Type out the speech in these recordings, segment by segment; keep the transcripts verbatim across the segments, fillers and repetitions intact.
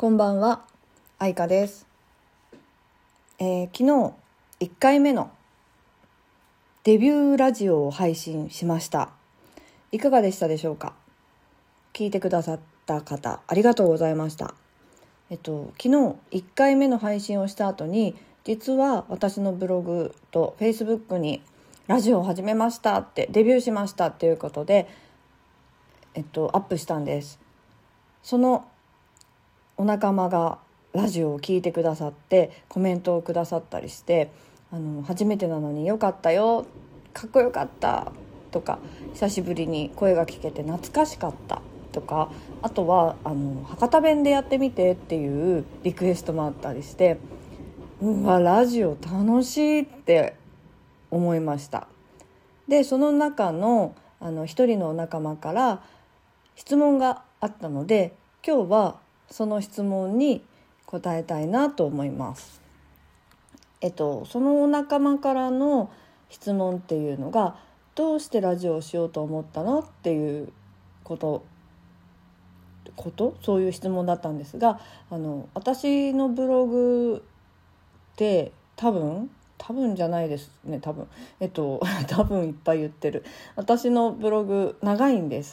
こんばんは、愛花です。えー、昨日いっかいめのデビューラジオを配信しました。いかがでしたでしょうか。聞いてくださった方ありがとうございました。えっと昨日いっかいめの配信をした後に、実は私のブログと Facebook にラジオを始めましたって、デビューしましたっていうことで、えっとアップしたんです。そのお仲間がラジオを聞いてくださってコメントをくださったりして、あの初めてなのによかったよ、かっこよかったとか、久しぶりに声が聞けて懐かしかったとか、あとはあの博多弁でやってみてっていうリクエストもあったりして、うわラジオ楽しいって思いました。でその中のあの一人のお仲間から質問があったので、今日はその質問に答えたいなと思います。えっとそのお仲間からの質問っていうのが、どうしてラジオをしようと思ったのっていうことことそういう質問だったんですが、あの私のブログって多分多分じゃないですね多分えっと多分いっぱい言ってる。私のブログ長いんです。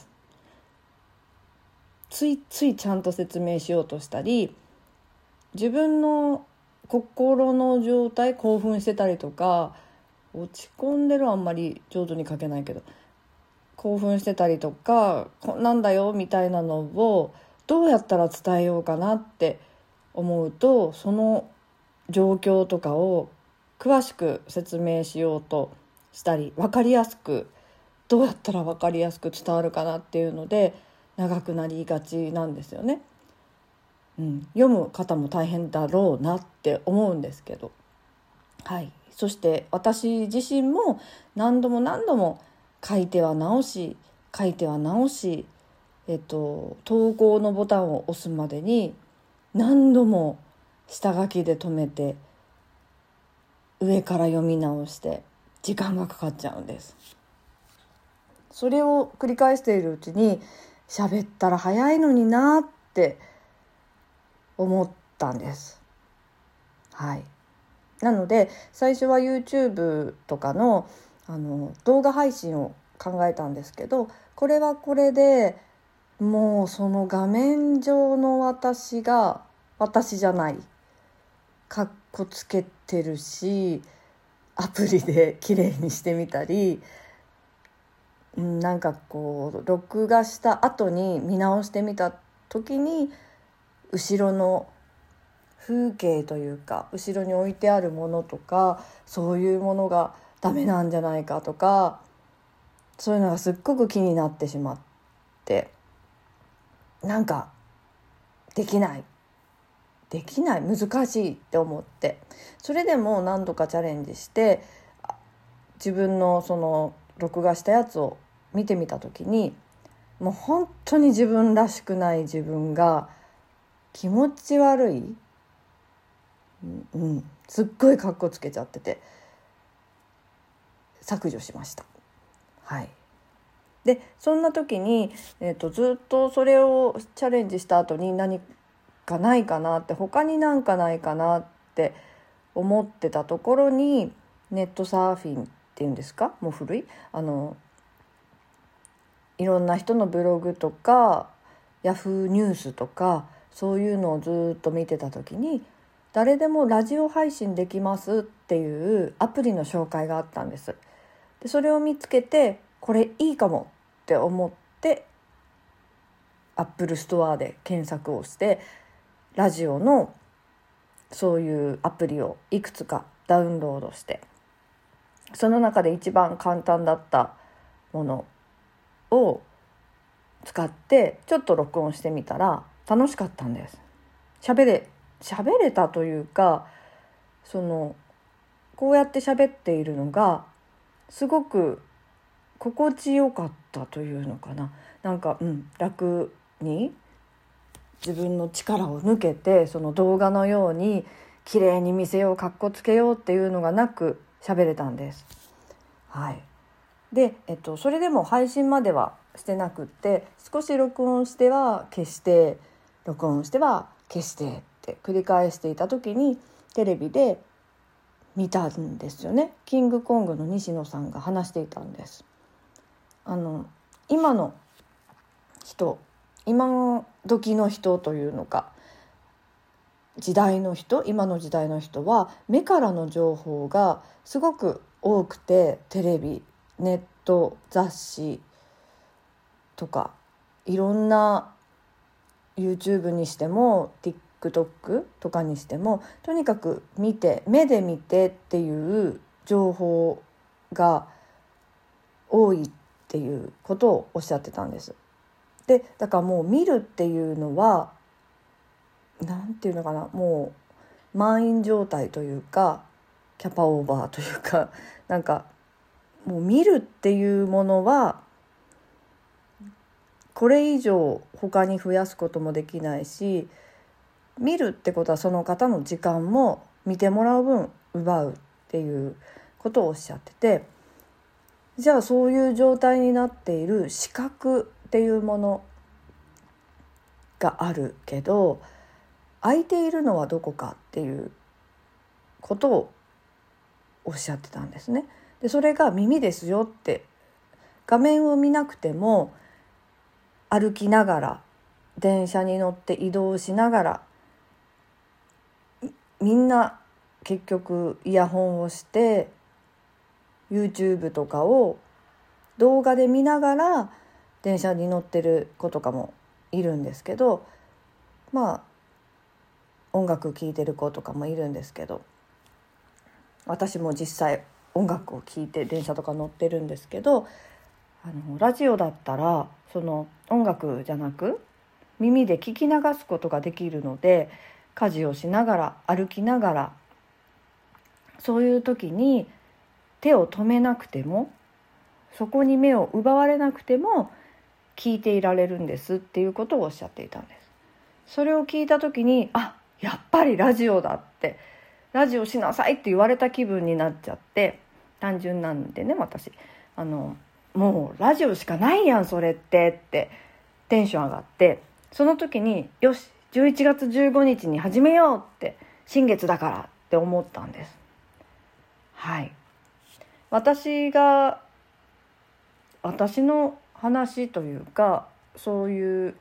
ついついちゃんと説明しようとしたり、自分の心の状態、興奮してたりとか、落ち込んでるはあんまり上手に書けないけど、興奮してたりとか、こんなんだよみたいなのをどうやったら伝えようかなって思うと、その状況とかを詳しく説明しようとしたり、分かりやすく、どうやったら分かりやすく伝わるかなっていうので長くなりがちなんですよね。うん、読む方も大変だろうなって思うんですけど、はい、そして私自身も何度も何度も書いては直し書いては直し、えっと、投稿のボタンを押すまでに何度も下書きで止めて上から読み直して時間がかかっちゃうんです。それを繰り返しているうちに、喋ったら早いのになって思ったんです。はい。なので最初は YouTube とかの、あの動画配信を考えたんですけど、これはこれでもうその画面上の私が私じゃない、かっこつけてるし、アプリで綺麗にしてみたり、なんかこう録画した後に見直してみた時に、後ろの風景というか、後ろに置いてあるものとか、そういうものがダメなんじゃないかとか、そういうのがすっごく気になってしまって、なんかできないできない難しいって思って、それでも何度かチャレンジして、自分のその録画したやつを見てみた時に、もう本当に自分らしくない自分が気持ち悪い、うん、すっごいカッコつけちゃってて削除しました。はい。でそんな時に、えーと、ずっとそれをチャレンジした後に何かないかなって、他になんかないかなって思ってたところに、ネットサーフィンっていうんですか、もう古いあのいろんな人のブログとかヤフーニュースとか、そういうのをずっと見てた時に、誰でもラジオ配信できますっていうアプリの紹介があったんです。でそれを見つけて、これいいかもって思ってアップルストアで検索をして、ラジオのそういうアプリをいくつかダウンロードして、その中で一番簡単だったものを使ってちょっと録音してみたら楽しかったんです。喋れ喋れたというか、そのこうやって喋っているのがすごく心地よかったというのかな。なんか、うん、楽に自分の力を抜けて、その動画のように綺麗に見せよう、かっこつけようっていうのがなく喋れたんです。はい。で、えっと、それでも配信まではしてなくって、少し録音しては消して、録音しては消してって繰り返していた時にテレビで見たんですよね。キングコングの西野さんが話していたんです。あの今の人、今時の人というのか、時代の人、今の時代の人は目からの情報がすごく多くて、テレビ、ネット、雑誌とかいろんな YouTube にしても TikTok とかにしても、とにかく見て、目で見てっていう情報が多いっていうことをおっしゃってたんです。でだからもう見るっていうのはなんていうのかな、もう満員状態というかキャパオーバーというか、なんかもう見るっていうものはこれ以上他に増やすこともできないし、見るってことはその方の時間も見てもらう分奪うっていうことをおっしゃってて、じゃあそういう状態になっている視覚っていうものがあるけど、空いているのはどこかっていうことをおっしゃってたんですね。でそれが耳ですよって、画面を見なくても歩きながら、電車に乗って移動しながら、みんな結局イヤホンをして YouTube とかを動画で見ながら電車に乗ってる子とかもいるんですけど、まあ音楽聴いてる子とかもいるんですけど、私も実際音楽を聴いて電車とか乗ってるんですけど、あのラジオだったらその音楽じゃなく耳で聞き流すことができるので、家事をしながら歩きながら、そういう時に手を止めなくても、そこに目を奪われなくても聞いていられるんですっていうことをおっしゃっていたんです。それを聞いた時に、あ、やっぱりラジオだって、ラジオしなさいって言われた気分になっちゃって、単純なんでね、私あのもうラジオしかないやんそれってってテンション上がって、その時によしじゅういちがつじゅうごにちに始めようって、新月だからって思ったんです。はい、私が私の話というか、そういう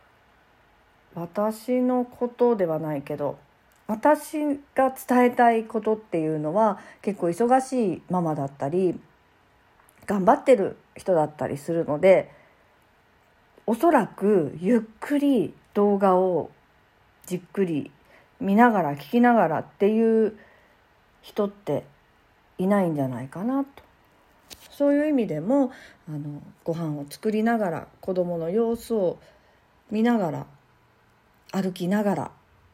私のことではないけど、私が伝えたいことっていうのは結構忙しいママだったり頑張ってる人だったりするので、おそらくゆっくり動画をじっくり見ながら聞きながらっていう人っていないんじゃないかなと。そういう意味でもあのご飯を作りながら、子供の様子を見ながら、歩きながら、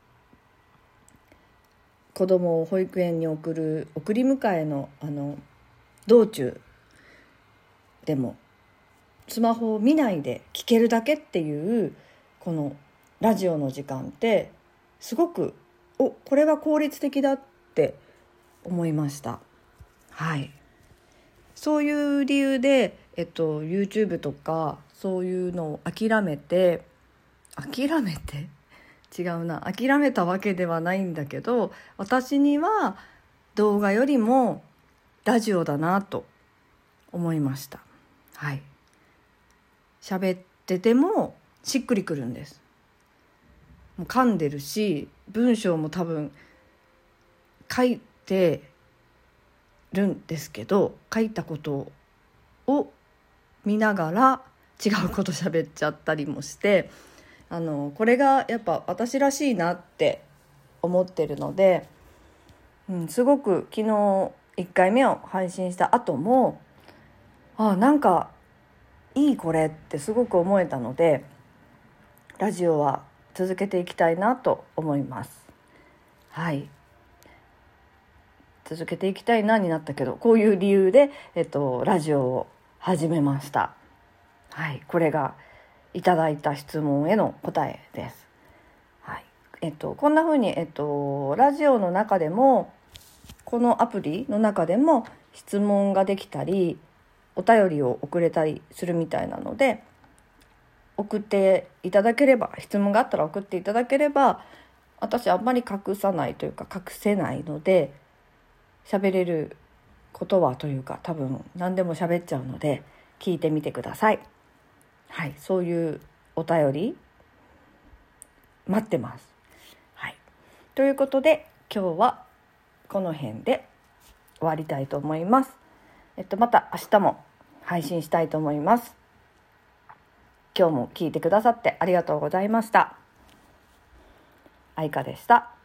子供を保育園に送る送り迎えのあの道中でもスマホを見ないで聞けるだけっていうこのラジオの時間ってすごくおこれは効率的だって思いました。はい、そういう理由で、えっと、YouTube とかそういうのを諦めて諦めて違うな諦めたわけではないんだけど、私には動画よりもラジオだなと思いました。はい、喋っててもしっくりくるんです。もう噛んでるし、文章も多分書いてるんですけど、書いたことを見ながら違うこと喋っちゃったりもして、あのこれがやっぱ私らしいなって思ってるので、うん、すごく昨日いっかいめを配信した後もあなんかいいこれってすごく思えたので、ラジオは続けていきたいなと思います。はい、続けていきたいなになったけど、こういう理由で、えっと、ラジオを始めました。はい、これがいただいた質問への答えです。はい、えっと、こんな風に、えっと、ラジオの中でもこのアプリの中でも質問ができたりお便りを送れたりするみたいなので、送っていただければ、質問があったら送っていただければ私あんまり隠さないというか隠せないので、喋れることはというか多分何でも喋っちゃうので聞いてみてください。はい、そういうお便り待ってます。はい、ということで今日はこの辺で終わりたいと思います。えっとまた明日も配信したいと思います。今日も聞いてくださってありがとうございました。愛花でした。